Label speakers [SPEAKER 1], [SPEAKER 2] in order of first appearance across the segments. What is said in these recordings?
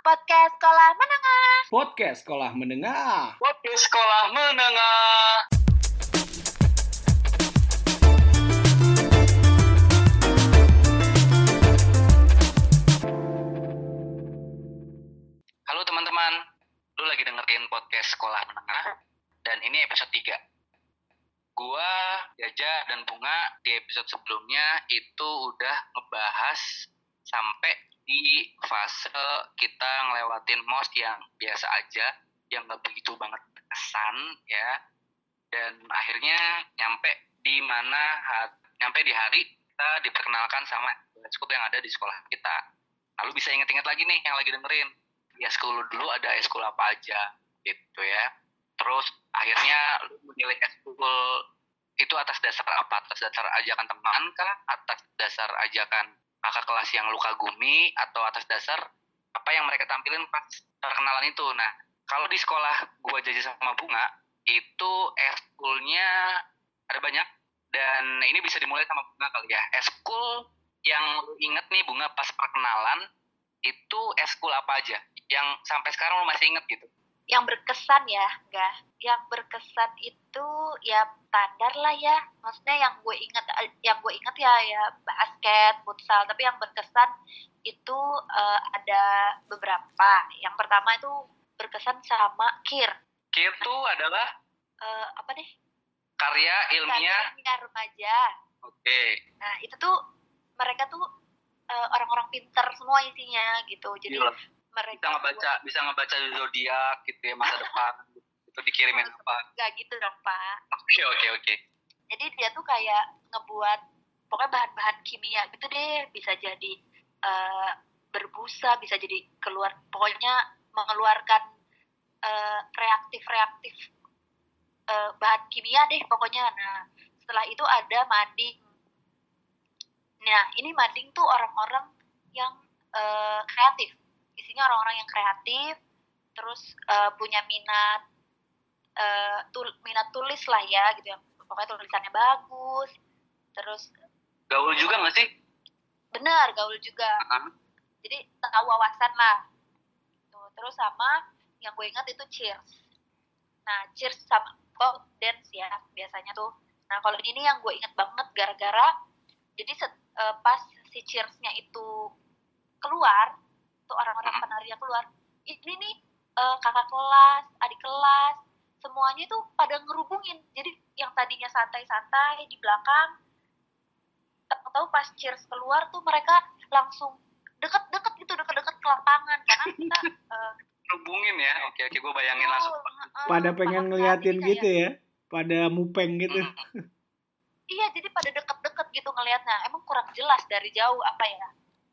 [SPEAKER 1] Podcast Sekolah Menengah.
[SPEAKER 2] Podcast Sekolah Menengah.
[SPEAKER 3] Podcast Sekolah Menengah. Halo teman-teman, lu lagi dengerin podcast Sekolah Menengah dan ini episode 3. Gua, Jaja, dan Bunga di episode sebelumnya itu udah ngebahas sampai di fase kita ngelewatin MOS yang biasa aja, yang gak begitu banget berkesan ya. Dan akhirnya nyampe di hari kita diperkenalkan sama eskul yang ada di sekolah kita. Lalu bisa inget-inget lagi nih yang lagi dengerin, di eskul dulu ada eskul apa aja gitu ya. Terus akhirnya lu memilih eskul itu atas dasar apa? Atas dasar ajakan teman kah? Atas dasar ajakan kakak kelas yang lu kagumi? Atau atas dasar apa yang mereka tampilin pas perkenalan itu? Nah, kalau di sekolah gua Jaja sama Bunga, itu eskulnya ada banyak. Dan ini bisa dimulai sama Bunga kali ya. Eskul yang lu inget nih Bunga pas perkenalan, itu eskul apa aja? Yang sampai sekarang lu masih inget gitu?
[SPEAKER 1] Yang berkesan ya, enggak. Yang berkesan itu ya standar lah ya. Maksudnya yang gue inget ya basket, futsal. Tapi yang berkesan itu ada beberapa. Yang pertama itu berkesan sama KIR.
[SPEAKER 3] KIR tuh adalah
[SPEAKER 1] Apa deh?
[SPEAKER 3] karya ilmiah
[SPEAKER 1] remaja.
[SPEAKER 3] Oke.
[SPEAKER 1] Nah itu tuh mereka tuh orang-orang pinter semua isinya gitu. Jadi
[SPEAKER 3] Gila.
[SPEAKER 1] mereka
[SPEAKER 3] bisa ngebaca zodiak gitu ya masa depan. Itu dikirimin apa?
[SPEAKER 1] Gak gitu dong Pak.
[SPEAKER 3] Oke.
[SPEAKER 1] Jadi dia tuh kayak ngebuat pokoknya bahan-bahan kimia gitu deh, bisa jadi berbusa, bisa jadi keluar, pokoknya mengeluarkan reaktif bahan kimia deh pokoknya. Nah setelah itu ada mading. Nah ini mading tuh orang-orang yang kreatif, isinya orang-orang yang kreatif, terus punya minat tulis lah ya gitu ya, pokoknya tulisannya bagus, terus
[SPEAKER 3] Gaul juga nggak sih?
[SPEAKER 1] benar gaul juga. Jadi tahu wawasan lah tuh. Terus sama yang gue ingat itu cheers. Nah cheers sama dance ya biasanya tuh. Nah kalau ini yang gue ingat banget gara-gara jadi pas si cheersnya itu keluar tuh, orang-orang penarinya keluar, ini nih kakak kelas, adik kelas, semuanya tuh pada ngerubungin. Jadi yang tadinya santai-santai di belakang, tahu pas cheers keluar tuh mereka langsung deket-deket ke lapangan karena kita
[SPEAKER 3] Hubungin ya. Oke, gue bayangin langsung.
[SPEAKER 2] Pada pengen ngeliatin gitu ya. Pada mupeng gitu.
[SPEAKER 1] Iya, jadi pada deket-deket gitu ngelihatnya. Emang kurang jelas dari jauh apa ya?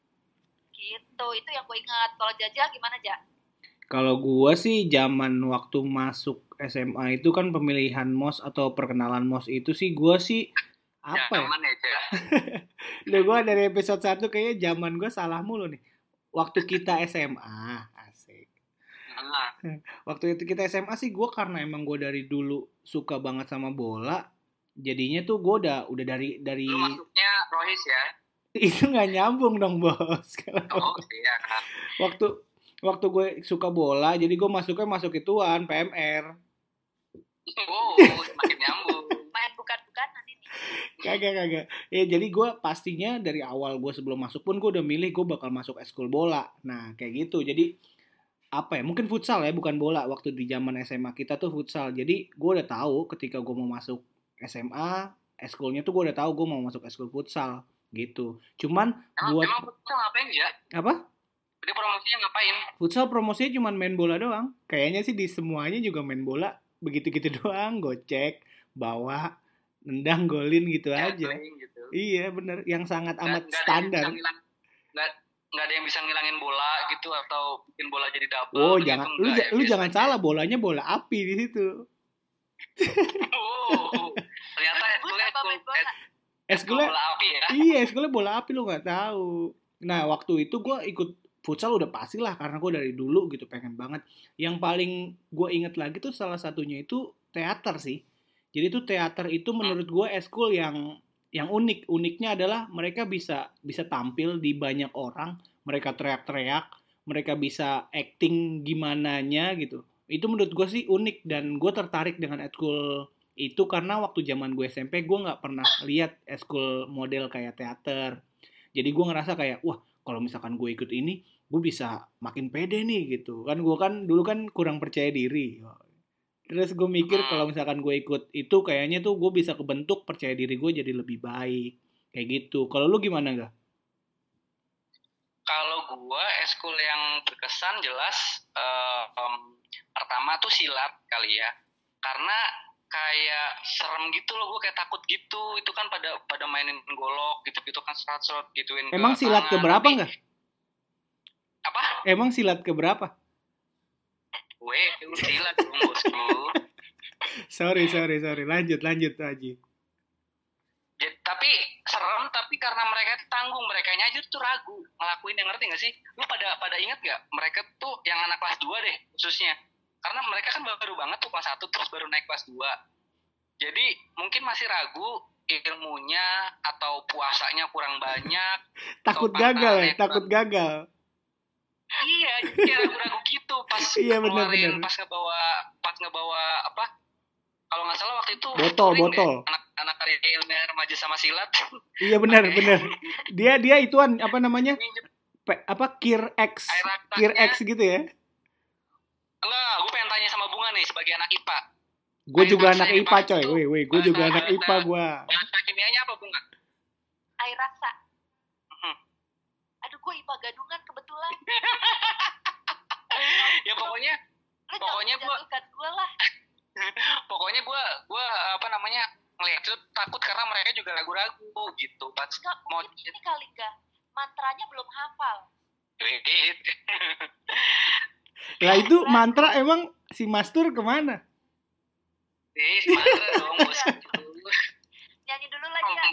[SPEAKER 1] Gitu, itu yang gue ingat. Kalau Jaja gimana, Ja?
[SPEAKER 2] Kalau gue sih zaman waktu masuk SMA itu kan pemilihan MOS atau perkenalan MOS itu sih gue sih apa ya?
[SPEAKER 3] Aman ya, Ja?
[SPEAKER 2] Udah gue dari episode 1 kayaknya zaman gue salah mulu nih. Waktu kita SMA, asik. Waktu itu kita SMA sih gue karena emang gue dari dulu suka banget sama bola, jadinya tuh gue udah dari
[SPEAKER 3] Lu masuknya Rohis ya?
[SPEAKER 2] itu nggak nyambung dong bos.
[SPEAKER 3] Oh iya kan.
[SPEAKER 2] Waktu gue suka bola, jadi gue masuk ituan PMR.
[SPEAKER 3] Oh, semakin nyambung.
[SPEAKER 1] Main bukan-bukanan ini.
[SPEAKER 2] Kagak. Ya jadi gue pastinya dari awal gue sebelum masuk pun gue udah milih gue bakal masuk eskul bola. Nah kayak gitu. Jadi apa ya? Mungkin futsal ya, bukan bola. Waktu di zaman SMA kita tuh futsal. Jadi gue udah tahu ketika gue mau masuk SMA, eskulnya tuh gue udah tahu gue mau masuk eskul futsal gitu. Cuman
[SPEAKER 3] Emang futsal ngapain ya?
[SPEAKER 2] apa?
[SPEAKER 3] Dia promosinya ngapain?
[SPEAKER 2] Futsal promosinya cuma main bola doang. Kayaknya sih di semuanya juga main bola. Begitu-gitu doang. Gocek, bawa, nendang, golin gitu aja.
[SPEAKER 3] Gitu.
[SPEAKER 2] Iya bener. Yang sangat amat standar.
[SPEAKER 3] Nggak ada yang bisa ngilangin bola gitu atau bikin bola jadi double.
[SPEAKER 2] Oh
[SPEAKER 3] gitu,
[SPEAKER 2] jangan, lu jangan salah, bolanya bola api di situ.
[SPEAKER 3] Oh, ternyata eskulnya bola api ya?
[SPEAKER 2] Iya, eskulnya bola api, lu nggak tahu. Nah waktu itu gue ikut futsal udah pasti lah karena gue dari dulu gitu pengen banget. Yang paling gue inget lagi tuh salah satunya itu teater sih. Jadi tuh teater itu menurut gue eskul yang uniknya adalah mereka bisa tampil di banyak orang, mereka teriak-teriak, mereka bisa acting gimananya gitu. Itu menurut gue sih unik dan gue tertarik dengan ekskul itu karena waktu zaman gue SMP gue nggak pernah lihat ekskul model kayak teater. Jadi gue ngerasa kayak wah kalau misalkan gue ikut ini gue bisa makin pede nih gitu kan, gue kan dulu kan kurang percaya diri. Terus gue mikir kalau misalkan gue ikut itu kayaknya tuh gue bisa kebentuk percaya diri gue jadi lebih baik kayak gitu. Kalau lu gimana gak?
[SPEAKER 3] Kalau gue eskul yang berkesan jelas pertama tuh silat kali ya, karena kayak serem gitu loh, gue kayak takut gitu. Itu kan pada mainin golok gitu kan, serot gituin.
[SPEAKER 2] Emang silat keberapa nggak?
[SPEAKER 3] Apa?
[SPEAKER 2] Emang silat keberapa?
[SPEAKER 3] Weh, silat dong bosku.
[SPEAKER 2] Sorry. Lanjut Haji.
[SPEAKER 3] Ya, tapi serem, tapi karena mereka tanggung, mereka aja tuh ragu ngelakuin, yang ngerti gak sih? Lu pada inget gak? Mereka tuh yang anak kelas 2 deh khususnya. Karena mereka kan baru banget tuh kelas 1 terus baru naik kelas 2. Jadi mungkin masih ragu ilmunya atau puasanya kurang banyak.
[SPEAKER 2] Takut gagal ya, takut gagal.
[SPEAKER 3] Iya, kayak ragu-ragu gitu pas
[SPEAKER 2] iya,
[SPEAKER 3] keluarin,
[SPEAKER 2] bener.
[SPEAKER 3] pas ngebawa apa? Kalau nggak salah waktu itu
[SPEAKER 2] botol.
[SPEAKER 3] Anak karya ilmiah remaja sama silat.
[SPEAKER 2] Iya benar. Dia ituan apa namanya? Kir X gitu ya?
[SPEAKER 3] Enggak, gue pengen tanya sama Bunga nih sebagai anak IPA.
[SPEAKER 2] Gue juga anak IPA coy. Gue juga anak IPA gue.
[SPEAKER 3] Bahasa kimianya apa Bunga?
[SPEAKER 1] Air raksa. Aduh, gue IPA gadungan kebetulan.
[SPEAKER 3] Ya pokoknya
[SPEAKER 1] gue lah.
[SPEAKER 3] Pokoknya gue apa namanya, ngeliat itu takut karena mereka juga ragu-ragu gitu pas
[SPEAKER 1] mau ini kali gak mantranya belum hafal.
[SPEAKER 2] Lah itu mantra emang si Mastur kemana?
[SPEAKER 3] Si mantra dong bos.
[SPEAKER 1] Nyanyi dulu lagi ya.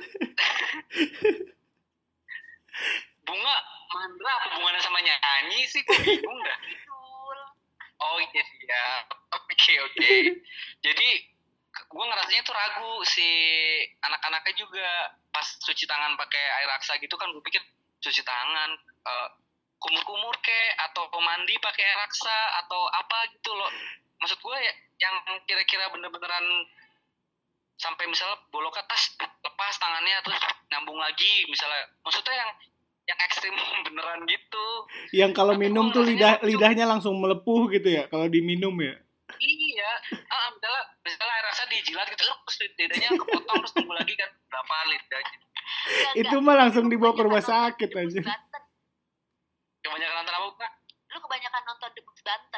[SPEAKER 3] Bunga mantra apa hubungannya sama nyanyi sih, kok bingung dah. Oh iya siap. Oke. Jadi gue ngerasanya tuh ragu si anak-anaknya juga pas cuci tangan pakai air raksa gitu kan. Gue pikir cuci tangan kumur-kumur atau mandi pakai air raksa atau apa gitu loh. Maksud gue ya yang kira-kira bener-beneran sampai misalnya bolok ke tas, lepas tangannya terus nyambung lagi misalnya. Maksudnya yang ekstrim beneran gitu.
[SPEAKER 2] Yang kalau minum tuh lidahnya langsung melepuh gitu ya kalau diminum ya.
[SPEAKER 3] Iya, misalnya air rasa dijilat gitu, terus lidahnya kepotong terus tunggu lagi kan berapa lidahnya.
[SPEAKER 2] Itu mah langsung dibawa ke rumah sakit aja.
[SPEAKER 3] Kebanyakan nonton apa, Pak?
[SPEAKER 1] Lu kebanyakan nonton Debus Banten.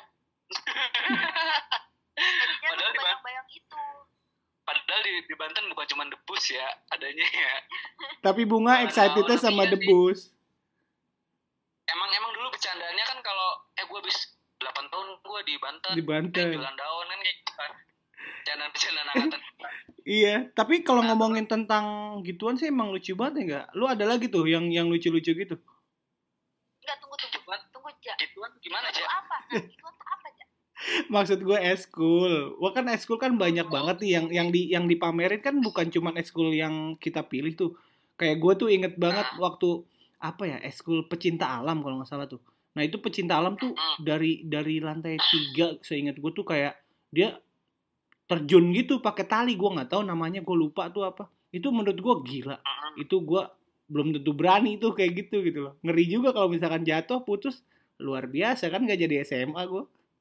[SPEAKER 1] Padahal bayang itu.
[SPEAKER 3] Padahal di Banten bukan cuma Debus ya, adanya ya.
[SPEAKER 2] Tapi Bunga excitednya sama Debus.
[SPEAKER 3] Emang dulu bercandanya kan kalau gue habis 8 tahun gue di Banten. Jualan daun kan kayak gitu kan. Bercandaan angkatan.
[SPEAKER 2] Iya, tapi kalau ngomongin tentang gituan sih emang lucu banget ya enggak? Lu ada lagi tuh yang lucu-lucu gitu?
[SPEAKER 1] Enggak, tunggu Ja.
[SPEAKER 3] Gituan gimana, Ja?
[SPEAKER 1] Apa? Nah, gituan tuh apa, Ja?
[SPEAKER 2] Maksud gue eskul. Wah kan eskul kan banyak banget nih yang dipamerin kan bukan cuma eskul yang kita pilih tuh. Kayak gue tuh inget banget waktu apa ya, eskul pecinta alam kalau nggak salah tuh. Nah itu pecinta alam tuh dari lantai 3 seingat gue tuh kayak dia terjun gitu pakai tali, gue nggak tahu namanya, gue lupa tuh apa. Itu menurut gue gila. Itu gue belum tentu berani tuh kayak gitu loh. Ngeri juga kalau misalkan jatuh putus, luar biasa kan nggak jadi SMA gue.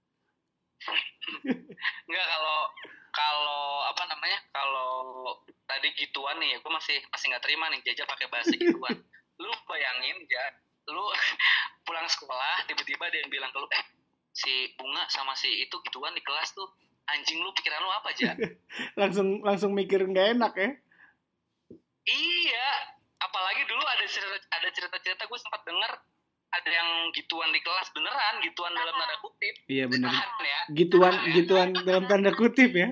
[SPEAKER 3] Enggak, kalau apa namanya, kalau tadi gituan nih gue masih nggak terima nih Jaja pakai bahasa gituan. Lu bayangin ya, lu pulang sekolah tiba-tiba dia yang bilang ke lu, si Bunga sama si itu gituan di kelas tuh, anjing lu pikiran lu apa aja?
[SPEAKER 2] langsung mikir nggak enak ya.
[SPEAKER 3] Iya, apalagi dulu ada cerita gue sempat dengar ada yang gituan di kelas beneran, gituan dalam tanda kutip.
[SPEAKER 2] Iya benar.
[SPEAKER 3] Ya.
[SPEAKER 2] Gituan dalam tanda kutip ya.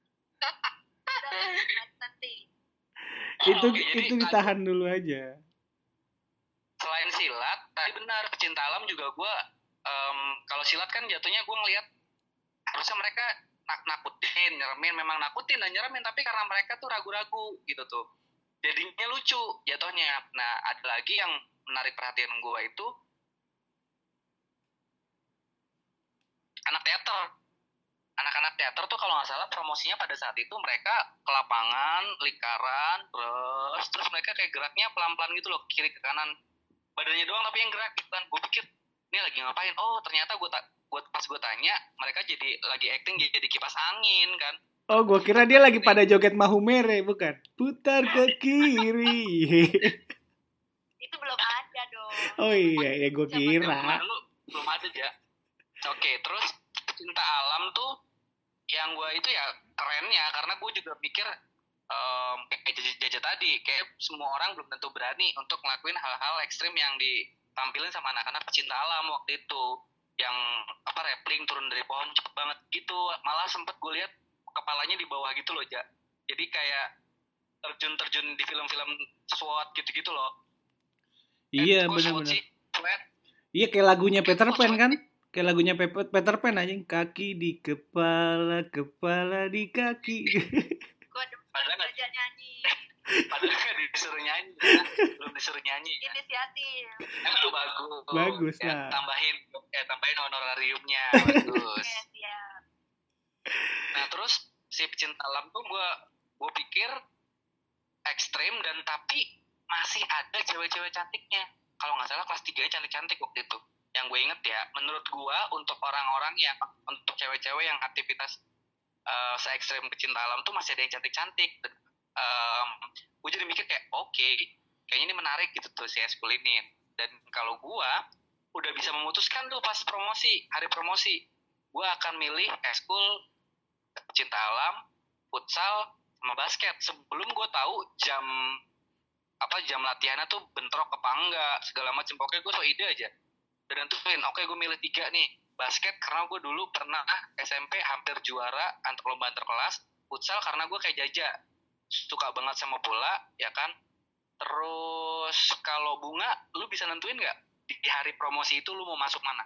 [SPEAKER 2] Itu ditahan dulu aja.
[SPEAKER 3] Selain silat, tadi benar pecinta alam juga gue, kalau silat kan jatuhnya gue ngelihat harusnya mereka nakutin, nyeremin, memang nakutin dan nyeremin, tapi karena mereka tuh ragu-ragu gitu tuh, jadinya lucu jatuhnya. Nah ada lagi yang menarik perhatian gue itu anak teater. Anak-anak teater tuh kalau nggak salah promosinya pada saat itu mereka ke lapangan, lingkaran, terus mereka kayak geraknya pelan-pelan gitu loh, kiri ke kanan. Badannya doang tapi yang gerak gitu kan. Gue pikir, ini lagi ngapain? Oh ternyata pas gue tanya, mereka jadi lagi acting jadi kipas angin kan.
[SPEAKER 2] Oh, gue kira dia lagi pada joget Mahumere, bukan? Putar ke kiri.
[SPEAKER 1] Itu belum ada dong.
[SPEAKER 2] Oh iya, gue kira.
[SPEAKER 3] Belum ada aja. Oke, terus cinta alam tuh yang gue itu ya kerennya, karena gue juga pikir kayak Jaja tadi, kayak semua orang belum tentu berani untuk ngelakuin hal-hal ekstrim yang ditampilin sama anak-anak pecinta alam waktu itu, yang rappelling turun dari pohon cepet banget gitu. Malah sempet gue lihat kepalanya di bawah gitu loh, Ja. Jadi kayak terjun di film-film SWAT gitu-gitu loh.
[SPEAKER 2] Iya, benar-benar. Iya, kayak lagunya Peter Pan kan? Kayak lagunya Peter Pan aja, kaki di kepala, kepala di kaki.
[SPEAKER 1] Gue depan aja nyanyi.
[SPEAKER 3] Padahal kan disuruh nyanyi, ya. Belum disuruh nyanyi.
[SPEAKER 1] Inisiatif.
[SPEAKER 2] Bagus
[SPEAKER 3] ya,
[SPEAKER 2] lah.
[SPEAKER 3] Tambahin honorariumnya, bagus.
[SPEAKER 1] Siap.
[SPEAKER 3] Nah terus si pecinta alam tuh gue pikir ekstrim, dan tapi masih ada cewek-cewek cantiknya. Kalau nggak salah kelas 3 cantik-cantik waktu itu. Yang gue inget ya, menurut gue untuk orang-orang yang, untuk cewek-cewek yang aktivitas se-ekstrim pecinta alam tuh masih ada yang cantik-cantik. Gue jadi mikir kayak oke, kayaknya ini menarik gitu tuh si eskul ini. Dan kalau gue udah bisa memutuskan tuh pas hari promosi, gue akan milih eskul pecinta alam, futsal, sama basket. Sebelum gue tahu jam latihannya tuh bentrok apa enggak, segala macam. Pokoknya gue so ide aja dan nentuin, oke gue milih 3 nih. Basket karena gue dulu pernah SMP hampir juara lomba antar kelas. Futsal karena gue kayak Jaja, suka banget sama bola, ya kan. Terus kalau Bunga, lu bisa nentuin nggak di hari promosi itu lu mau masuk mana?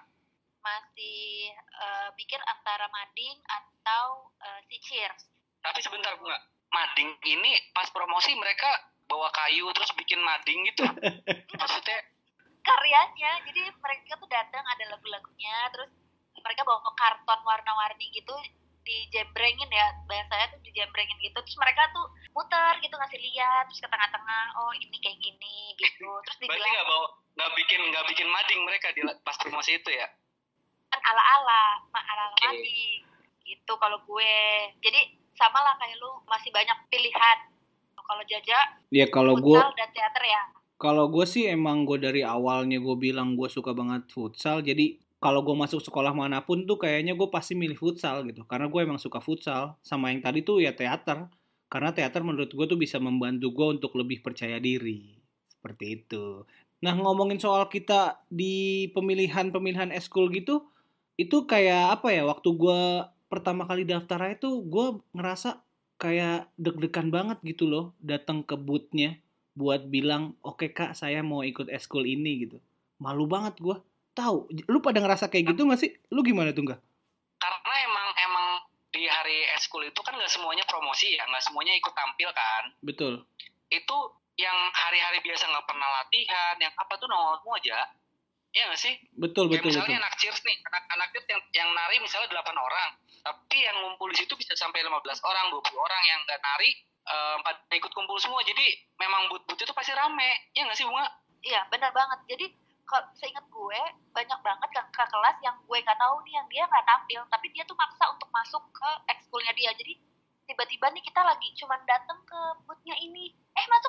[SPEAKER 1] Masih mikir antara mading atau si cheers.
[SPEAKER 3] Tapi sebentar Bunga, mading ini pas promosi mereka bawa kayu terus bikin mading gitu. Maksudnya
[SPEAKER 1] karyanya, jadi mereka tuh datang ada lagu-lagunya, terus mereka bawa karton warna-warni gitu, dijembrengin ya, biasanya tuh dijembrengin gitu, terus mereka tuh muter gitu, ngasih lihat, terus ke tengah-tengah, oh ini kayak gini gitu, terus
[SPEAKER 3] dijelasin. Berarti nggak bikin mading mereka di pas promosi itu ya?
[SPEAKER 1] Kan ala-ala okay. Mading gitu kalau gue. Jadi sama lah kayak lu, masih banyak pilihan. Kalau Jaja,
[SPEAKER 2] ya kalau gue
[SPEAKER 1] dan teater ya.
[SPEAKER 2] Kalau gue sih emang gue dari awalnya gue bilang gue suka banget futsal. Jadi kalau gue masuk sekolah manapun tuh kayaknya gue pasti milih futsal gitu. Karena gue emang suka futsal. Sama yang tadi tuh ya teater. Karena teater menurut gue tuh bisa membantu gue untuk lebih percaya diri. Seperti itu. Nah ngomongin soal kita di pemilihan eskul gitu. Itu kayak apa ya, waktu gue pertama kali daftar aja tuh gue ngerasa kayak deg-degan banget gitu loh. Datang ke booth-nya buat bilang, oke kak saya mau ikut eskul ini gitu. Malu banget gue. Tahu, lu pada ngerasa kayak gitu gak sih? Lu gimana tuh nggak?
[SPEAKER 3] Karena emang di hari eskul itu kan gak semuanya promosi ya, gak semuanya ikut tampil kan.
[SPEAKER 2] Betul.
[SPEAKER 3] Itu yang hari-hari biasa gak pernah latihan, yang apa tuh nongol semua aja. Iya gak sih?
[SPEAKER 2] Betul.
[SPEAKER 3] Misalnya anak cheers nih, anak cheers yang nari misalnya 8 orang. Tapi yang ngumpul di situ bisa sampai 15 orang, 20 orang yang gak nari. Ikut kumpul semua, jadi memang booth itu pasti rame, ya nggak sih Bunga?
[SPEAKER 1] Iya benar banget. Jadi kalau seingat gue banyak banget kakak kelas yang gue nggak tahu nih, yang dia nggak tampil tapi dia tuh maksa untuk masuk ke ekskulnya dia. Jadi tiba-tiba nih kita lagi cuman datang ke boothnya ini, masuk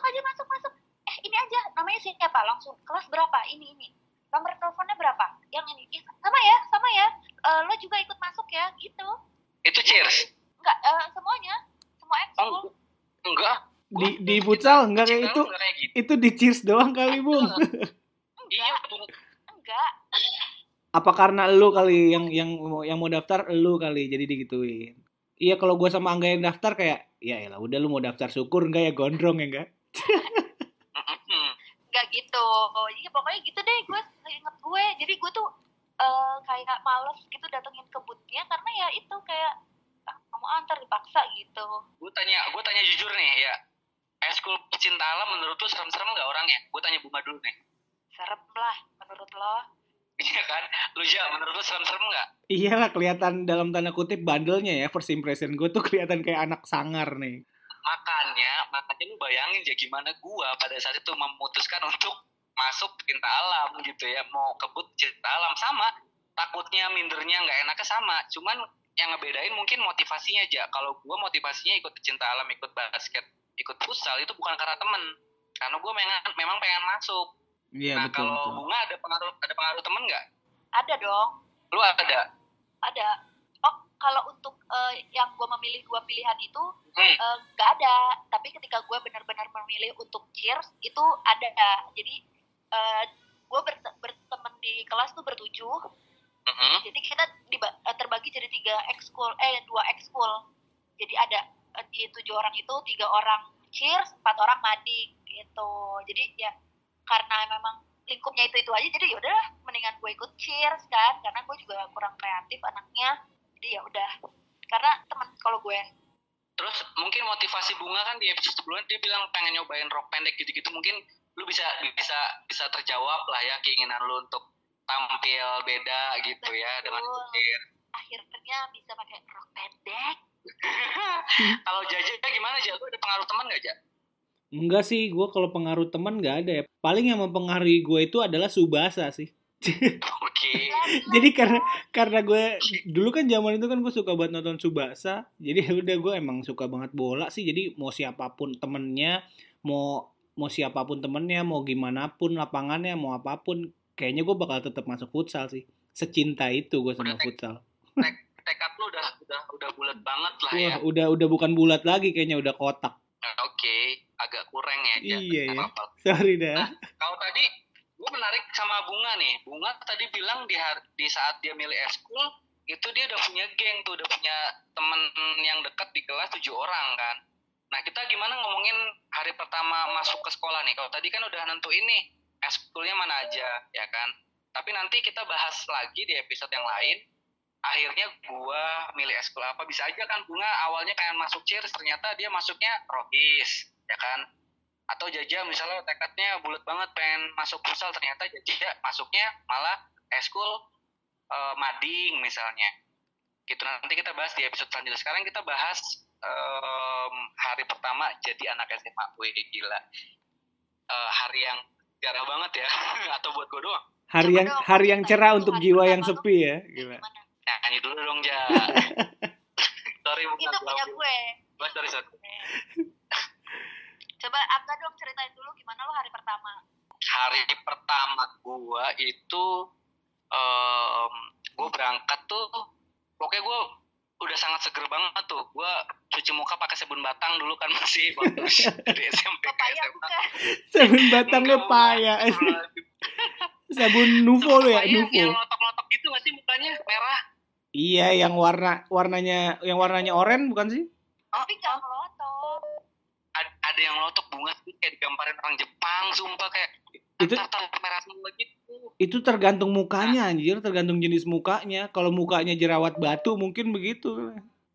[SPEAKER 1] ini aja, namanya siapa, langsung kelas berapa, ini nomor teleponnya berapa, yang ini sama ya, lo juga ikut masuk ya gitu.
[SPEAKER 3] Itu cheers?
[SPEAKER 1] Enggak, semuanya, semua ekskul.
[SPEAKER 3] Enggak.
[SPEAKER 2] Di futsal enggak kayak itu. Itu di cheers doang kali, Bung.
[SPEAKER 1] Enggak.
[SPEAKER 2] Apa karena lu kali yang mau daftar lu kali jadi digituin. Iya, kalau gue sama Angga yang daftar kayak ya elah udah lu mau daftar syukur enggak ya gondrong ya enggak?
[SPEAKER 1] Enggak gitu. Iya pokoknya gitu deh, gue inget gue. Jadi gue tuh kayak males gitu datengin ke booth-nya karena ya itu kayak kamu antar dipaksa gitu.
[SPEAKER 3] Gue tanya jujur nih ya, eskul pecinta alam menurut lu serem-serem nggak orangnya? Gue tanya Bunga dulu nih.
[SPEAKER 1] Serem lah menurut lo.
[SPEAKER 3] Iya kan? Lu Ja, menurut lu serem-serem nggak?
[SPEAKER 2] Iyalah, kelihatan dalam tanda kutip bandelnya ya, first impression gue tuh kelihatan kayak anak sangar nih.
[SPEAKER 3] Makanya lu bayangin ya gimana gua pada saat itu memutuskan untuk masuk cinta alam gitu ya, mau kebut cinta alam sama, takutnya mindernya nggak enaknya sama, cuman yang ngebedain mungkin motivasinya aja. Kalau gua motivasinya ikut cinta alam, ikut basket, ikut futsal itu bukan karena temen, karena gua memang pengen masuk.
[SPEAKER 2] Iya,
[SPEAKER 3] Nah
[SPEAKER 2] betul
[SPEAKER 3] kalau
[SPEAKER 2] betul.
[SPEAKER 3] Bunga ada pengaruh temen nggak?
[SPEAKER 1] Ada dong,
[SPEAKER 3] Lu ada?
[SPEAKER 1] ada. Oh, kalau untuk yang gue memilih 2 pilihan itu
[SPEAKER 3] Hmm.
[SPEAKER 1] nggak ada. Tapi ketika gue benar-benar memilih untuk cheers itu ada. Jadi gue berteman di kelas tuh bertujuh.
[SPEAKER 3] Mm-mm.
[SPEAKER 1] Jadi kita terbagi jadi 2 ekskul. Jadi ada di 7 orang itu 3 orang cheers, 4 orang mading gitu. Jadi ya karena memang lingkupnya itu aja, jadi ya udah mendingan gue ikut cheers kan, karena gue juga kurang kreatif anaknya. Jadi ya udah, karena teman kalau gue.
[SPEAKER 3] Terus mungkin motivasi Bunga kan di episode sebelumnya dia bilang pengen nyobain rok pendek gitu-gitu, mungkin lu bisa terjawab lah ya keinginan lu untuk tampil beda gitu ya dengan
[SPEAKER 1] Betul.
[SPEAKER 3] cheer.
[SPEAKER 1] Akhirnya bisa pakai rok pendek.
[SPEAKER 3] Kalau Jaja gimana aja? Lu ada pengaruh teman nggak, Ja?
[SPEAKER 2] Enggak sih, gue kalau pengaruh teman nggak ada ya. Paling yang mempengaruhi gue itu adalah Subasa sih.
[SPEAKER 3] Oke.
[SPEAKER 2] Jadi karena gue dulu kan zaman itu kan gue suka banget nonton Subasa. Jadi ya udah gue emang suka banget bola sih. Jadi mau siapapun temennya, mau siapapun temennya, mau gimana pun lapangannya, mau apapun, kayaknya gue bakal tetap masuk futsal sih. Secinta itu gue sama futsal.
[SPEAKER 3] Tekad lu udah bulat banget lah ya.
[SPEAKER 2] Wah, udah bukan bulat lagi kayaknya, udah kotak.
[SPEAKER 3] Oke, agak kurang ya, Ja.
[SPEAKER 2] Iya ya.
[SPEAKER 3] Apa-apa.
[SPEAKER 2] Sorry dah.
[SPEAKER 3] Nah, kalau tadi gue menarik sama Bunga nih. Bunga tadi bilang di saat dia milih eskul itu dia udah punya geng tuh, udah punya temen yang dekat di kelas 7 orang kan. Nah kita gimana ngomongin hari pertama masuk ke sekolah nih? Kalau tadi kan udah nentuin nih eskulnya mana aja ya kan. Tapi nanti kita bahas lagi di episode yang lain. Akhirnya gua milih eskul apa, bisa aja kan Bunga awalnya pengen masuk cheers, ternyata dia masuknya rohis ya kan. Atau Jaja misalnya tekadnya bulat banget pengen masuk futsal, ternyata Jaja masuknya malah eskul mading misalnya gitu. Nanti kita bahas di episode selanjutnya. Sekarang kita bahas hari pertama jadi anak SMA. Wih gila, hari yang jarang banget ya. Atau buat gue doang?
[SPEAKER 2] Hari yang cerah untuk jiwa yang sepi ya. Gila.
[SPEAKER 3] Nyanyi dulu dong, Ja. Sorry bukan
[SPEAKER 1] itu punya gue.
[SPEAKER 3] Sorry.
[SPEAKER 1] Coba Angga dong ceritain dulu gimana lo hari pertama.
[SPEAKER 3] Hari pertama gua itu gue berangkat tuh, pokoknya gue udah sangat seger banget tuh. Gue cuci muka pakai sabun batang dulu kan, masih bagus dari SMP ke SMA.
[SPEAKER 2] Sabun batangnya payah. Sabun Nuvo lo ya, Nuvo.
[SPEAKER 3] Yang lotok-lotok gitu nggak sih mukanya merah?
[SPEAKER 2] Iya, yang warnanya oranye bukan sih?
[SPEAKER 1] Tapi nggak melotok.
[SPEAKER 3] Ada yang lotok Bunga sih, kayak digambarin orang Jepang, sumpah kayak
[SPEAKER 2] itu
[SPEAKER 3] merah semua gitu.
[SPEAKER 2] Itu tergantung mukanya anjir, tergantung jenis mukanya. Kalau mukanya jerawat batu mungkin begitu.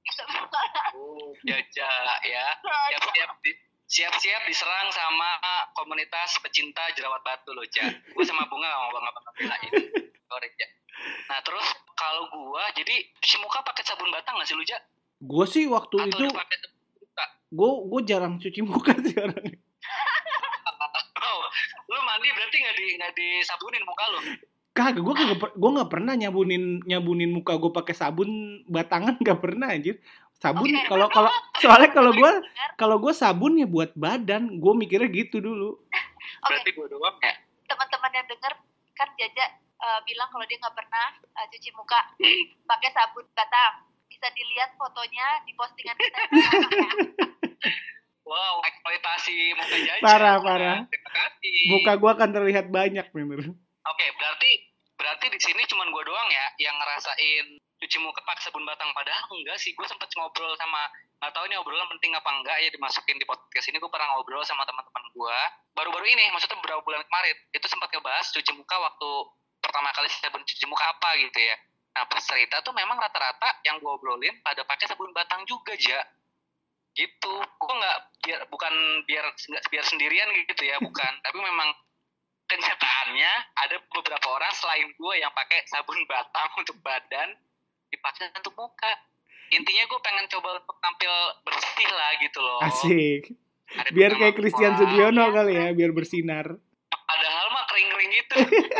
[SPEAKER 3] Jaja ya. Siap-siap diserang sama komunitas pecinta jerawat batu loh, Ja. Gue sama Bunga nggak pernah belain. Sorry, Ja. Nah terus kalau gue jadi cuci muka pakai sabun batang nggak sih lu, Ja?
[SPEAKER 2] Gue sih waktu
[SPEAKER 3] atau
[SPEAKER 2] itu
[SPEAKER 3] pakai sabun muka?
[SPEAKER 2] Gue jarang cuci muka sih orangnya.
[SPEAKER 3] Oh, lu mandi berarti nggak disabunin muka lu?
[SPEAKER 2] Kagak, gue nggak pernah nyabunin muka gue pakai sabun batangan, nggak pernah anjir. Sabun soalnya kalau gue sabun ya buat badan, gue mikirnya gitu dulu.
[SPEAKER 3] Berarti gue doang ya.
[SPEAKER 1] Teman-teman yang denger kan Jaja bilang kalau dia nggak pernah cuci muka pakai sabun batang. Bisa dilihat fotonya di postingan kita.
[SPEAKER 3] Wow, eksploitasi muka Jaja.
[SPEAKER 2] Parah.
[SPEAKER 3] Terima kasih.
[SPEAKER 2] Muka gue akan terlihat banyak bener.
[SPEAKER 3] Oke, berarti di sini cuman gue doang ya yang ngerasain cuci muka pakai sabun batang. Padahal enggak sih, gue sempet ngobrol sama, nggak tahu ini obrolan penting apa enggak ya dimasukin di podcast ini. Gue pernah ngobrol sama teman-teman gue baru-baru ini, maksudnya beberapa bulan kemarin itu sempat ngebahas cuci muka waktu pertama kali sabun cuci muka apa gitu ya. Nah pas cerita tuh memang rata-rata yang gue obrolin pada pakai sabun batang juga, Ja. Gitu. Gue nggak biar sendirian gitu ya, bukan. Tapi memang kenyataannya ada beberapa orang selain gue yang pakai sabun batang untuk badan, dipakai untuk muka. Intinya gue pengen coba untuk tampil bersih lah gitu loh.
[SPEAKER 2] Asik.
[SPEAKER 3] Hari
[SPEAKER 2] Biar
[SPEAKER 3] pertama
[SPEAKER 2] kayak Christian
[SPEAKER 3] sekolah.
[SPEAKER 2] Sugiono kali ya, biar bersinar.
[SPEAKER 3] Padahal mah kering-kering gitu.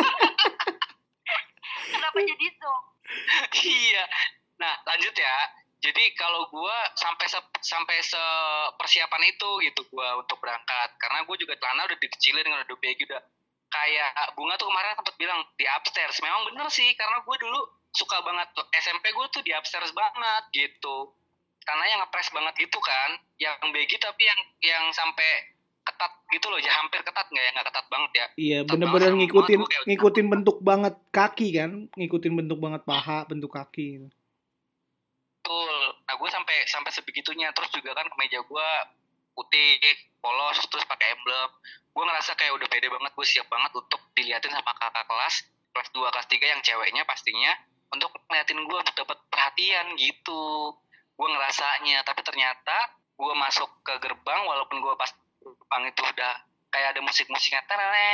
[SPEAKER 1] Kenapa jadi zong?
[SPEAKER 3] Iya. Nah, lanjut ya. Jadi kalau gue sampai persiapan itu gitu gue untuk berangkat, karena gue juga celana udah dikecilin, udah baggy, udah kayak Bunga tuh kemarin sempat bilang di upstairs. Memang bener sih, karena gue dulu suka banget SMP gue tuh di upstairs banget gitu. Karena yang ngepres banget gitu kan, yang baggy tapi yang sampai ketat gitu loh, ya hampir ketat nggak ketat banget ya.
[SPEAKER 2] Iya,
[SPEAKER 3] Ketat
[SPEAKER 2] bener-bener
[SPEAKER 3] banget,
[SPEAKER 2] ngikutin bentuk banget kaki kan, ngikutin bentuk banget paha, bentuk kaki.
[SPEAKER 3] Betul. Nah gue sampai sebegitunya. Terus juga kan kemeja gue putih, polos, terus pakai emblem. Gue ngerasa kayak udah pede banget, gue siap banget untuk diliatin sama kakak kelas 2, kelas 3 yang ceweknya pastinya, untuk ngeliatin gue, untuk dapat perhatian gitu. Gue ngerasanya, tapi ternyata gue masuk ke gerbang, walaupun gue pas gerbang itu udah kayak ada musik-musiknya,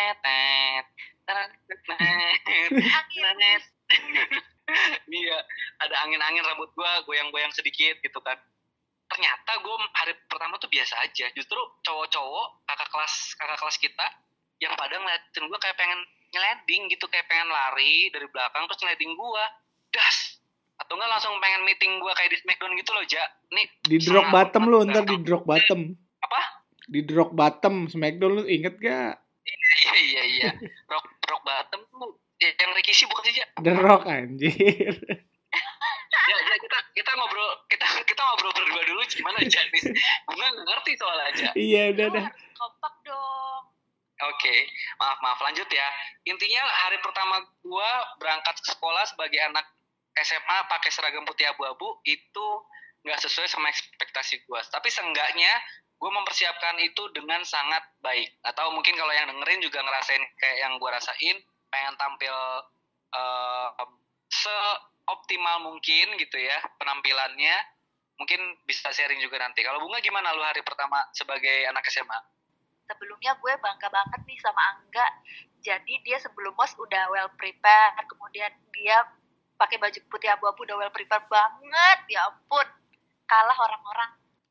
[SPEAKER 3] iya, ada angin-angin, rambut gue goyang-goyang sedikit gitu kan. Ternyata gue hari pertama tuh biasa aja. Justru cowok-cowok kakak kelas kita yang pada ngeliatin gue kayak pengen nyeleding gitu, kayak pengen lari dari belakang terus nyeleding gue, das. Atau enggak langsung pengen meeting gue kayak di Smackdown gitu loh, Ja. Nih
[SPEAKER 2] di drop bottom lu, ntar di drop bottom.
[SPEAKER 3] Apa?
[SPEAKER 2] Di drop bottom Smackdown lu inget gak?
[SPEAKER 3] Iya. Rock bottom tuh yang Rikishi bukan sih, Ja?
[SPEAKER 2] The Rock anjir.
[SPEAKER 3] Ya kita ngobrol berdua dulu gimana aja nih. Bunga nggak ngerti soal aja.
[SPEAKER 2] Iya udah.
[SPEAKER 1] Kompak dong.
[SPEAKER 3] Oke, maaf lanjut ya. Intinya hari pertama gua berangkat ke sekolah sebagai anak SMA pakai seragam putih abu-abu itu nggak sesuai sama ekspektasi gua. Tapi seenggaknya gua mempersiapkan itu dengan sangat baik. Atau mungkin kalau yang dengerin juga ngerasain kayak yang gua rasain, pengen tampil seoptimal mungkin gitu ya penampilannya. Mungkin bisa sharing juga nanti. Kalau Bunga gimana lu hari pertama sebagai anak SMA?
[SPEAKER 1] Sebelumnya gue bangga banget nih sama Angga. Jadi dia sebelum MOS udah well prepared, kemudian dia pakai baju putih abu-abu udah well prepared banget. Ya ampun, kalah orang-orang.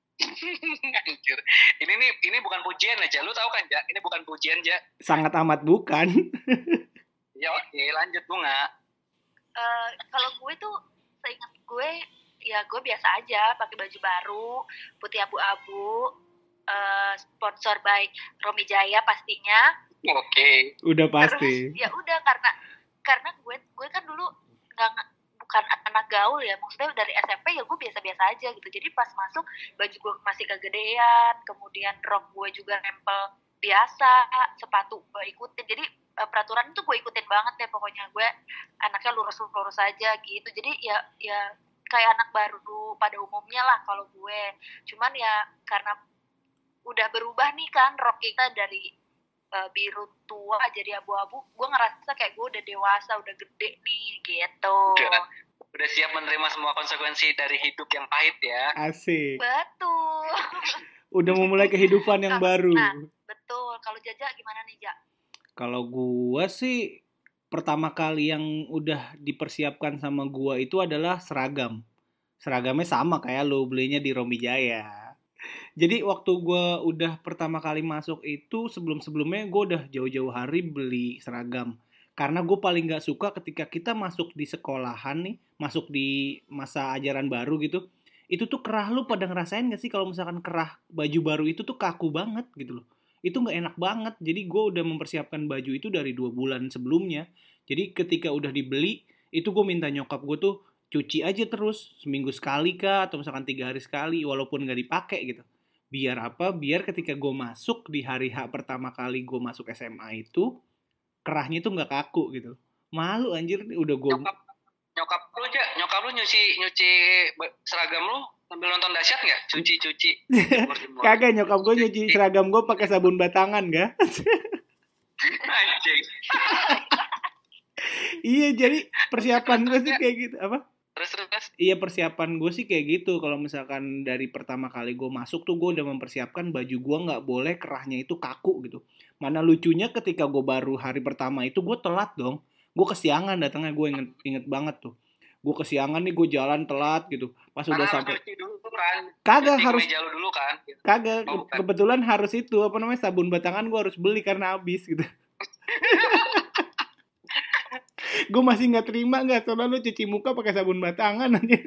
[SPEAKER 3] Anjir. Ini bukan pujian aja. Lu tahu kan, Ja? Ini bukan pujian, Ja.
[SPEAKER 2] Sangat amat bukan.
[SPEAKER 3] Ya oke, lanjut Bunga.
[SPEAKER 1] Kalau gue tuh seingat gue, ya gue biasa aja pakai baju baru putih abu-abu, sponsor by Romi Jaya pastinya.
[SPEAKER 3] Oke.
[SPEAKER 2] Udah pasti.
[SPEAKER 1] Terus ya udah, karena gue kan dulu bukan anak gaul ya, maksudnya dari SMP ya gue biasa-biasa aja gitu. Jadi pas masuk baju gue masih kegedean, kemudian rok gue juga nempel biasa, sepatu gue ikutin. Jadi peraturan itu gue ikutin banget deh, pokoknya gue anaknya lurus-lurus aja gitu. Jadi ya kayak anak baru pada umumnya lah kalau gue. Cuman ya karena udah berubah nih kan rok kita dari biru tua jadi abu-abu, gue ngerasa kayak gue udah dewasa, udah gede nih gitu.
[SPEAKER 3] Udah siap menerima semua konsekuensi dari hidup yang pahit ya.
[SPEAKER 2] Asik.
[SPEAKER 1] Betul.
[SPEAKER 2] Udah memulai kehidupan yang baru.
[SPEAKER 1] Nah, betul. Kalau Jaja gimana nih, Ja?
[SPEAKER 2] Kalau gua sih pertama kali yang udah dipersiapkan sama gua itu adalah seragam. Seragamnya sama kayak lo, belinya di Romi Jaya. Jadi waktu gua udah pertama kali masuk itu, sebelum-sebelumnya gua udah jauh-jauh hari beli seragam. Karena gue paling gak suka ketika kita masuk di sekolahan nih, masuk di masa ajaran baru gitu, itu tuh kerah. Lu pada ngerasain gak sih kalau misalkan kerah baju baru itu tuh kaku banget gitu loh. Itu gak enak banget. Jadi gue udah mempersiapkan baju itu dari 2 bulan sebelumnya. Jadi ketika udah dibeli, itu gue minta nyokap gue tuh cuci aja terus, seminggu sekali kah, atau misalkan 3 hari sekali, walaupun gak dipakai gitu. Biar apa? Biar ketika gue masuk di hari H pertama kali gue masuk SMA itu, kerahnya tuh nggak kaku gitu. Malu anjir, udah gue.
[SPEAKER 3] Nyokap lu nyuci seragam lu sambil nonton dahsyat nggak? Cuci.
[SPEAKER 2] Kagak, nyokap gue nyuci seragam gue pakai sabun batangan gak?
[SPEAKER 3] Anjing.
[SPEAKER 2] Iya, jadi persiapan gue sih kayak gitu. Apa?
[SPEAKER 3] Terus.
[SPEAKER 2] Iya, persiapan gue sih kayak gitu. Kalau misalkan dari pertama kali gue masuk tuh gue udah mempersiapkan baju gue nggak boleh kerahnya itu kaku gitu. Mana lucunya ketika gue baru hari pertama itu gue telat dong. Gue kesiangan datangnya, gue inget banget tuh. Gue kesiangan nih, gue jalan telat gitu. Pas
[SPEAKER 3] Karena
[SPEAKER 2] udah
[SPEAKER 3] harus
[SPEAKER 2] sampai
[SPEAKER 3] cuci dulu kan.
[SPEAKER 2] kagak
[SPEAKER 3] Cuci
[SPEAKER 2] harus
[SPEAKER 3] kemeja lu dulu kan.
[SPEAKER 2] kagak
[SPEAKER 3] Oh, bukan.
[SPEAKER 2] kebetulan harus itu apa namanya sabun batangan gue harus beli karena habis gitu. Gue masih nggak terima nggak soalnya lu cuci muka pakai sabun batangan aja.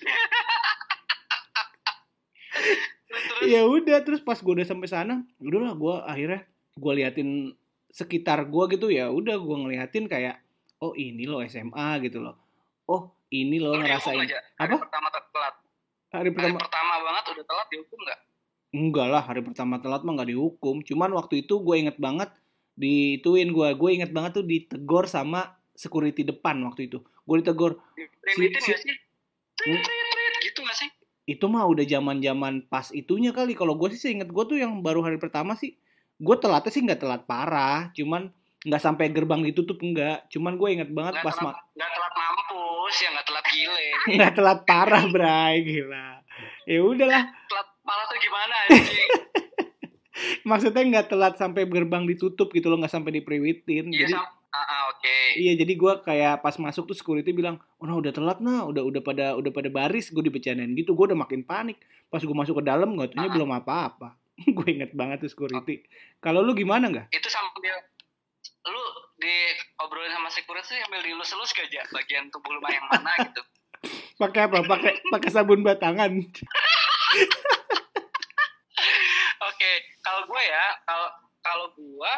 [SPEAKER 3] Terus
[SPEAKER 2] Ya udah, terus pas gue udah sampai sana, udahlah gue akhirnya gue liatin sekitar gue gitu, ya udah gue ngeliatin kayak oh ini loh SMA gitu loh. Oh ini loh
[SPEAKER 3] lu dihukum
[SPEAKER 2] ngerasain
[SPEAKER 3] aja. Hari
[SPEAKER 2] apa?
[SPEAKER 3] pertama telat.
[SPEAKER 2] Hari
[SPEAKER 3] Hari
[SPEAKER 2] pertama
[SPEAKER 3] pertama banget udah telat dihukum nggak?
[SPEAKER 2] enggak lah, hari pertama telat mah nggak dihukum. Cuman waktu itu gue inget banget gue inget banget tuh ditegor sama security depan waktu itu. Gue ditegor
[SPEAKER 3] Diprimitin
[SPEAKER 2] si-
[SPEAKER 3] nggak sih? Trit, gitu nggak sih?
[SPEAKER 2] itu mah udah zaman pas itunya kali. Kalau gue sih inget gue tuh yang baru hari pertama sih, gue telatnya sih nggak telat parah, cuman nggak sampai gerbang ditutup enggak. Cuman gue inget banget
[SPEAKER 3] Nggak
[SPEAKER 2] pas
[SPEAKER 3] telat mampus, ya nggak telat gile.
[SPEAKER 2] nggak telat parah, Bray, gila. Ya udahlah,
[SPEAKER 3] Telat malah tuh gimana anjing?
[SPEAKER 2] maksudnya nggak telat sampai gerbang ditutup gitu loh, nggak sampai dipriwitin.
[SPEAKER 3] Iya,
[SPEAKER 2] Jadi
[SPEAKER 3] oke.
[SPEAKER 2] iya, jadi gue kayak pas masuk tuh security bilang, oh nah udah telat nah, udah pada baris, gue dibecandain gitu, gue udah makin panik. Pas gue masuk ke dalam, nggak taunya belum apa-apa. Gue inget banget tuh security. Kalau lu gimana nggak?
[SPEAKER 3] Itu sambil lu diobrolin sama security sambil dilus-lus gak aja bagian tubuh lu yang mana gitu.
[SPEAKER 2] Pakai apa? Pakai sabun batangan.
[SPEAKER 3] Oke, kalau gue ya, kalau gue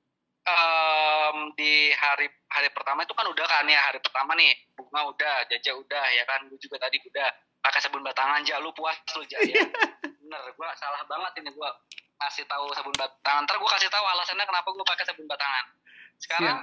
[SPEAKER 3] di hari pertama itu kan udah kan ya, hari pertama nih Bunga udah, Jaja udah ya kan, gue juga tadi udah pakai sabun batangan. Ja, lu puas lu Ja ya. Bener, gue salah banget ini, gue kasih tahu sabun batangan. Ntar gue kasih tahu alasannya kenapa gue pakai sabun batangan. Sekarang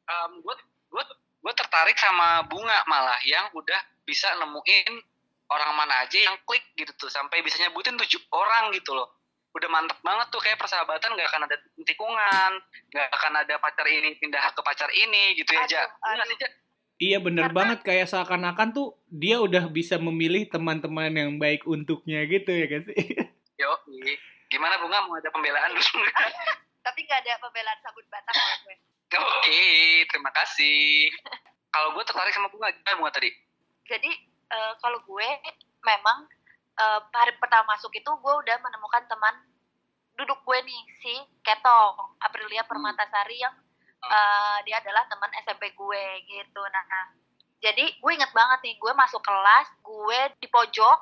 [SPEAKER 3] gue tertarik sama Bunga malah yang udah bisa nemuin orang mana aja yang klik gitu tuh, sampai bisa nyebutin 7 orang gitu loh. Udah mantep banget tuh, kayak persahabatan gak akan ada tikungan, gak akan ada pacar ini pindah ke pacar ini gitu ya, Ja. Enggak sih, Ja?
[SPEAKER 2] Iya bener banget, kayak seakan-akan tuh dia udah bisa memilih teman-teman yang baik untuknya gitu ya kan sih.
[SPEAKER 3] Yo, gimana Bunga, mau ada pembelaan dulu nggak?
[SPEAKER 1] Tapi nggak ada pembelaan sabun batang kalau gue.
[SPEAKER 3] Oke, terima kasih. Kalau gue tertarik sama Bunga, gimana Bunga tadi?
[SPEAKER 1] Jadi kalau gue memang hari pertama masuk itu gue udah menemukan teman duduk gue nih, si Ketong, Aprilia Permatasari, yang dia adalah teman SMP gue gitu. Nah, jadi gue inget banget nih, gue masuk kelas, gue di pojok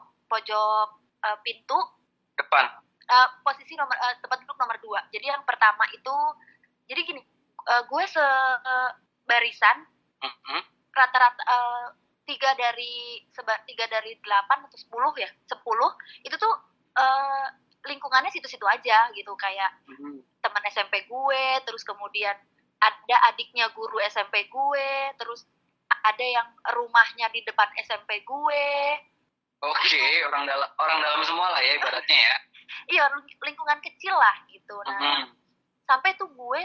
[SPEAKER 1] pintu
[SPEAKER 3] Depan.
[SPEAKER 1] posisi tempat duduk nomor 2. Jadi yang pertama itu, jadi gini, gue sebarisan rata-rata 3 dari 8 atau 10 ya, 10 itu tuh lingkungannya situ-situ aja gitu, kayak teman SMP gue, terus kemudian ada adiknya guru SMP gue, terus ada yang rumahnya di depan SMP gue.
[SPEAKER 3] Oke, orang dalam semua lah ya ibaratnya ya.
[SPEAKER 1] Iya, lingkungan kecil lah gitu. Nah, sampai tuh gue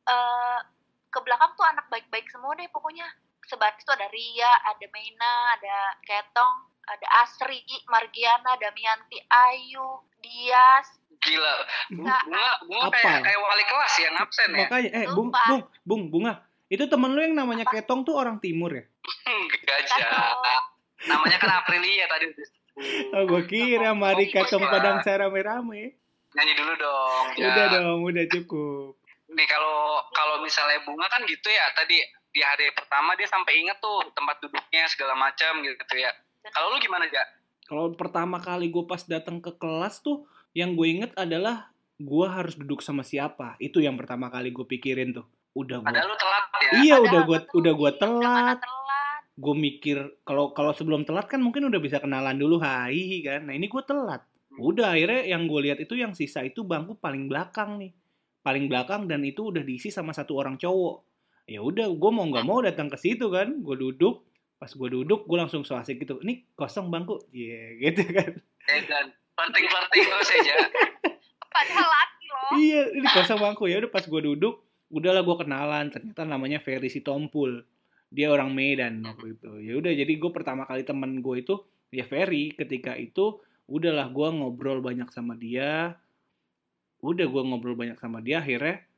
[SPEAKER 1] ke belakang tuh anak baik-baik semua deh pokoknya. Sebaris tuh ada Ria, ada Meina, ada Ketong, ada Asri, Margiana, Damianti, Ayu, Dias.
[SPEAKER 3] Gila, Bunga kayak wali kelas yang absen ya.
[SPEAKER 2] Makanya, Bunga, itu temen lu yang namanya Ketong tuh orang timur ya?
[SPEAKER 3] Gajah. Namanya kan Aprilia tadi.
[SPEAKER 2] Oh, gue kira mari Ketong Padang saya rame-rame.
[SPEAKER 3] Nyanyi dulu dong.
[SPEAKER 2] Udah cukup.
[SPEAKER 3] Nih kalau misalnya Bunga kan gitu ya, tadi di hari pertama dia sampai inget tuh tempat duduknya segala macam gitu ya. Kalau lu gimana, Ja?
[SPEAKER 2] Kalau pertama kali gue pas datang ke kelas tuh, yang gue inget adalah gue harus duduk sama siapa. Itu yang pertama kali gue pikirin tuh.
[SPEAKER 3] Padahal lu telat ya.
[SPEAKER 2] Iya, udah gue telat. Gue mikir kalau sebelum telat kan mungkin udah bisa kenalan dulu, hai kan. Nah ini gue telat. Udah akhirnya yang gue lihat itu yang sisa itu bangku paling belakang nih. Paling belakang, dan itu udah diisi sama 1 orang cowok. Ya udah, gue mau nggak mau datang ke situ kan, gue duduk. Pas gue duduk, gue langsung so asik gitu. Ini kosong bangku, gitu kan.
[SPEAKER 3] Dan flirting terus aja.
[SPEAKER 1] Padahal laki loh.
[SPEAKER 2] Iya, ini kosong bangku. Ya udah pas gue duduk, udahlah gue kenalan. Ternyata namanya Ferry Sitompul. Dia orang Medan waktu itu. Ya udah, jadi gue pertama kali teman gue itu ya Ferry. Ketika itu, udahlah gue ngobrol banyak sama dia. Akhirnya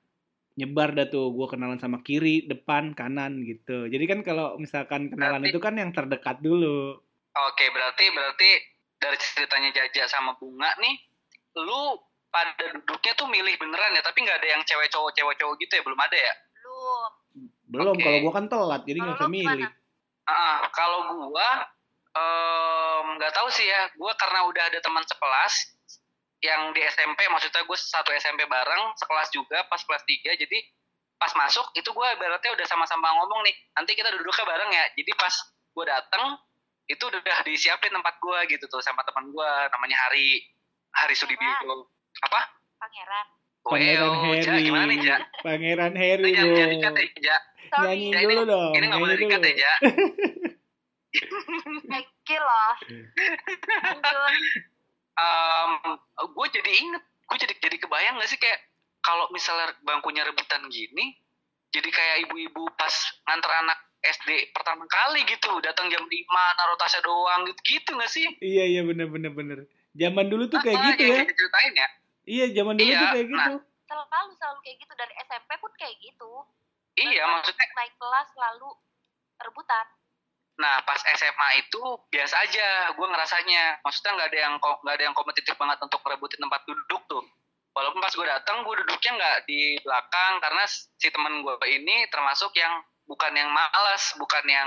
[SPEAKER 2] nyebar dah tuh, gue kenalan sama kiri, depan, kanan gitu. Jadi kan kalau misalkan kenalan
[SPEAKER 3] Berarti-
[SPEAKER 2] itu kan yang terdekat dulu.
[SPEAKER 3] Oke, berarti dari ceritanya Jaja sama Bunga nih, lu pada duduknya tuh milih beneran ya, tapi nggak ada yang cewek cowok gitu ya, belum ada ya?
[SPEAKER 1] Belum.
[SPEAKER 2] Belum,
[SPEAKER 3] Oke.
[SPEAKER 2] kalau gue kan telat, jadi nggak
[SPEAKER 1] Kalau
[SPEAKER 2] bisa
[SPEAKER 1] lu
[SPEAKER 2] milih.
[SPEAKER 3] Kalau gua nggak tahu sih ya, gua karena udah ada teman sekelas yang di SMP, maksudnya gue satu SMP bareng, sekelas juga pas kelas 3, jadi pas masuk itu gue ibaratnya udah sama-sama ngomong nih, nanti kita duduknya bareng ya, jadi pas gue dateng itu udah disiapin tempat gue gitu tuh sama teman gue namanya Hari Sudibyo. Apa?
[SPEAKER 1] Pangeran.
[SPEAKER 2] Pangeran
[SPEAKER 3] Ja,
[SPEAKER 2] Harry.
[SPEAKER 3] gimana nih Ja?
[SPEAKER 2] Pangeran Harry,
[SPEAKER 3] Jangan
[SPEAKER 2] Bu.
[SPEAKER 3] jadi kat ya Ja.
[SPEAKER 1] Sorry.
[SPEAKER 2] Nyanyi
[SPEAKER 3] Ja,
[SPEAKER 2] dulu dong.
[SPEAKER 3] Ini nggak boleh
[SPEAKER 2] nyanyi
[SPEAKER 3] dikat
[SPEAKER 2] dulu.
[SPEAKER 3] ya Ja.
[SPEAKER 1] Ekil loh. Lanjut.
[SPEAKER 3] Gue jadi kebayang gak sih kayak kalau misalnya bangkunya rebutan gini, jadi kayak ibu-ibu pas nganter anak SD pertama kali gitu, datang jam 5, naruh tasnya doang gitu gak sih?
[SPEAKER 2] Iya bener. Zaman dulu tuh kayak gitu
[SPEAKER 3] yang
[SPEAKER 2] ya.
[SPEAKER 3] kita ceritain ya.
[SPEAKER 2] Iya, zaman dulu
[SPEAKER 3] Iya,
[SPEAKER 2] tuh kayak gitu.
[SPEAKER 1] Selalu kayak gitu, dari SMP pun kayak gitu.
[SPEAKER 3] Iya, maksudnya
[SPEAKER 1] Naik kelas selalu rebutan.
[SPEAKER 3] nah pas SMA itu biasa aja gue ngerasanya, maksudnya nggak ada yang kompetitif banget untuk merebutin tempat duduk tuh. Walaupun pas gue datang gue duduknya nggak di belakang karena si temen gue ini termasuk yang bukan yang malas, bukan yang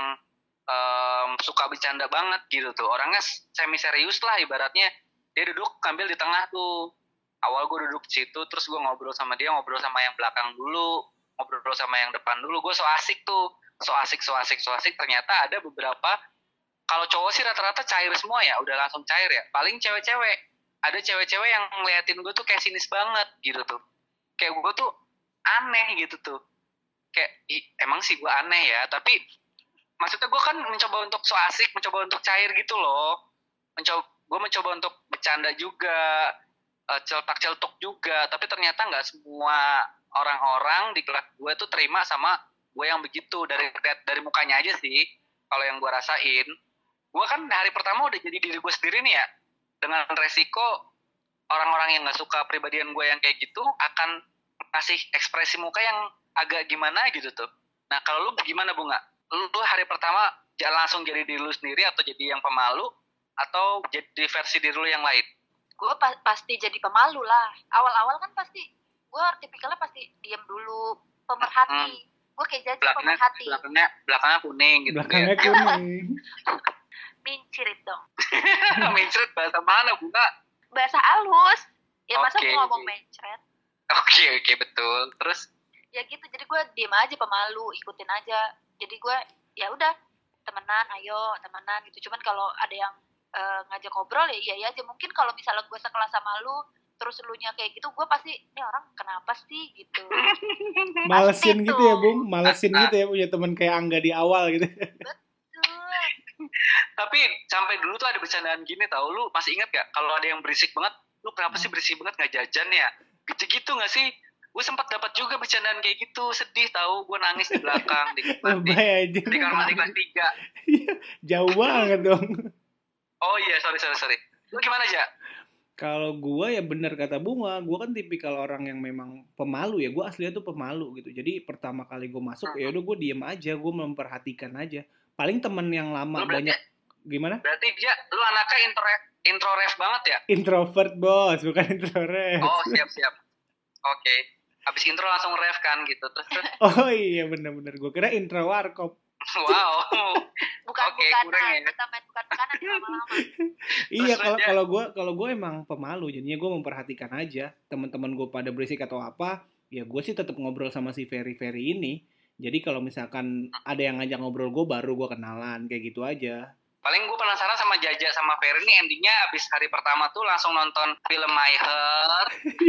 [SPEAKER 3] suka bercanda banget gitu tuh. Orangnya semi serius lah ibaratnya. Dia duduk ambil di tengah tuh. Awal gue duduk di situ, terus gue ngobrol sama dia, ngobrol sama yang belakang dulu, ngobrol sama yang depan dulu. Gue so asik tuh, so asik. Ternyata ada beberapa, kalau cowok sih rata-rata cair semua ya, udah langsung cair ya. Paling cewek-cewek, ada cewek-cewek yang ngeliatin gue tuh kayak sinis banget gitu tuh. Kayak gue tuh aneh gitu tuh. Kayak, emang sih gue aneh ya, tapi maksudnya gue kan mencoba untuk so asik, mencoba untuk cair gitu loh. Gue mencoba untuk bercanda juga, celtak-celtuk juga, tapi ternyata nggak semua orang-orang di kelas gue tuh terima sama gue yang begitu. Dari mukanya aja sih, kalau yang gue rasain. Gue kan hari pertama udah jadi diri gue sendiri nih ya, dengan resiko orang-orang yang nggak suka pribadian gue yang kayak gitu akan kasih ekspresi muka yang agak gimana gitu tuh. Nah kalau lu gimana Bunga? Lu hari pertama langsung jadi diri lu sendiri atau jadi yang pemalu atau jadi versi diri lu yang lain?
[SPEAKER 1] Gue pasti jadi pemalu lah. Awal-awal kan pasti gue tipikalnya pasti diem dulu, pemerhati. Gue kayak Jaja pemerhati.
[SPEAKER 3] Belakangnya kuning gitu.
[SPEAKER 2] Belakangnya kuning.
[SPEAKER 1] Mincirit dong.
[SPEAKER 3] Mencret bahasa mana Bunga?
[SPEAKER 1] Bahasa halus. Ya masa
[SPEAKER 3] Oke.
[SPEAKER 1] gue ngomong mencret.
[SPEAKER 3] Oke, betul. Terus
[SPEAKER 1] Ya gitu, jadi gue diem aja pemalu, ikutin aja. Jadi gue ya udah temenan, ayo temenan gitu. Cuman kalau ada yang ngajak ngobrol ya iya aja. Mungkin kalau misalnya gue sekelas sama lu, terus lu nya kayak gitu, gue pasti ini orang kenapa sih gitu.
[SPEAKER 2] Malesin
[SPEAKER 1] Pasti
[SPEAKER 2] gitu
[SPEAKER 1] tuh.
[SPEAKER 2] ya, Bung. Malesin gitu ya punya teman kayak Angga di awal gitu.
[SPEAKER 1] Betul.
[SPEAKER 3] tapi sampai dulu tuh ada bercandaan gini tau, lu masih ingat gak kalau ada yang berisik banget, lu kenapa sih berisik banget nggak jajan ya, gitu nggak sih? Gue sempat dapat juga bercandaan kayak gitu, sedih tau, gue nangis di belakang di
[SPEAKER 2] Lebay aja.
[SPEAKER 3] kamar mandi kelas 3.
[SPEAKER 2] Iya, jauh banget dong.
[SPEAKER 3] Oh iya, sorry. Lu gimana aja?
[SPEAKER 2] Kalau gue ya bener kata Bunga, gue kan tipikal orang yang memang pemalu ya. Gue aslinya tuh pemalu gitu. Jadi pertama kali gue masuk ya udah gue diem aja, gue memperhatikan aja. Paling temen yang lama
[SPEAKER 3] Lu berarti-
[SPEAKER 2] banyak gimana?
[SPEAKER 3] Berarti Ja, lu anaknya intro ref banget ya?
[SPEAKER 2] Introvert bos, bukan introvert.
[SPEAKER 3] Oh siap. Oke. Habis intro langsung ref kan gitu. Terus
[SPEAKER 2] Oh iya bener-bener, gue kira intro warkop.
[SPEAKER 3] wow.
[SPEAKER 1] Bukan-bukanan,
[SPEAKER 3] kurang ya.
[SPEAKER 1] kita main bukan-bukanan ya lama-lama.
[SPEAKER 2] Iya,
[SPEAKER 3] Terus aja.
[SPEAKER 2] kalau gue emang pemalu, jadinya gue memperhatikan aja teman-teman gue pada berisik atau apa, ya gue sih tetap ngobrol sama si Ferry ini. Jadi kalau misalkan ada yang ngajak ngobrol gue, baru gue kenalan kayak gitu aja.
[SPEAKER 3] Paling gue penasaran sama Jaja sama Ferry ini endingnya abis hari pertama tuh langsung nonton film My Heart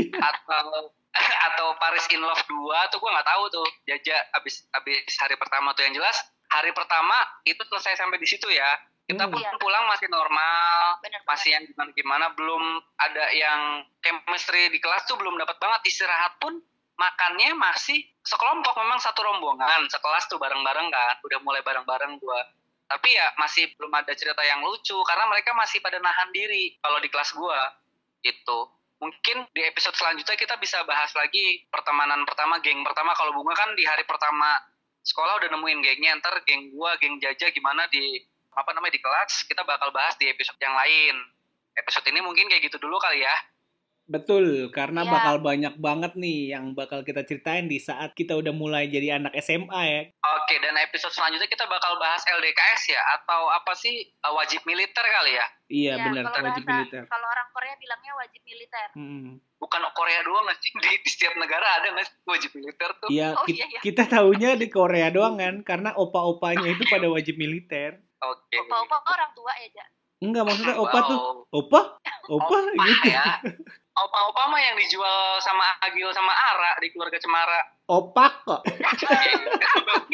[SPEAKER 3] atau Paris in Love 2 tuh gue nggak tahu tuh Jaja abis hari pertama tuh. Yang jelas hari pertama itu selesai sampai di situ ya. Kita pun
[SPEAKER 1] Iya.
[SPEAKER 3] pulang masih normal,
[SPEAKER 1] Bener.
[SPEAKER 3] masih yang gimana, belum ada yang chemistry di kelas tuh belum dapat banget. Istirahat pun makannya masih sekelompok, memang satu rombongan sekelas tuh bareng-bareng kan, udah mulai bareng-bareng gua. Tapi ya masih belum ada cerita yang lucu karena mereka masih pada nahan diri kalau di kelas gua gitu. Mungkin di episode selanjutnya kita bisa bahas lagi pertemanan pertama, geng pertama. Kalau Bunga kan di hari pertama sekolah udah nemuin gengnya, ntar geng gua, geng Jaja gimana di kelas, kita bakal bahas di episode yang lain. Episode ini mungkin kayak gitu dulu kali ya.
[SPEAKER 2] Betul, karena
[SPEAKER 1] Iya.
[SPEAKER 2] bakal banyak banget nih yang bakal kita ceritain di saat kita udah mulai jadi anak SMA ya.
[SPEAKER 3] Oke, dan episode selanjutnya kita bakal bahas LDKS ya, atau apa sih, wajib militer kali ya?
[SPEAKER 2] Iya
[SPEAKER 1] Ya,
[SPEAKER 2] benar,
[SPEAKER 1] kalau
[SPEAKER 2] wajib
[SPEAKER 1] bahasa-
[SPEAKER 2] militer.
[SPEAKER 1] Kalau orang Korea bilangnya wajib militer.
[SPEAKER 3] Bukan Korea doang nggak sih? Di setiap negara ada nggak sih wajib militer tuh?
[SPEAKER 2] Iya,
[SPEAKER 1] Oh, iya, iya.
[SPEAKER 2] kita taunya di Korea doang kan, karena opa-opanya itu pada wajib militer.
[SPEAKER 3] Oke.
[SPEAKER 1] Opa-opa orang tua ya, Ja?
[SPEAKER 2] Enggak, maksudnya opa tuh,
[SPEAKER 3] Wow.
[SPEAKER 2] opa gitu.
[SPEAKER 3] ya. Opa-opa mah yang dijual sama Agil sama Ara di keluarga Cemara.
[SPEAKER 2] Opak kok.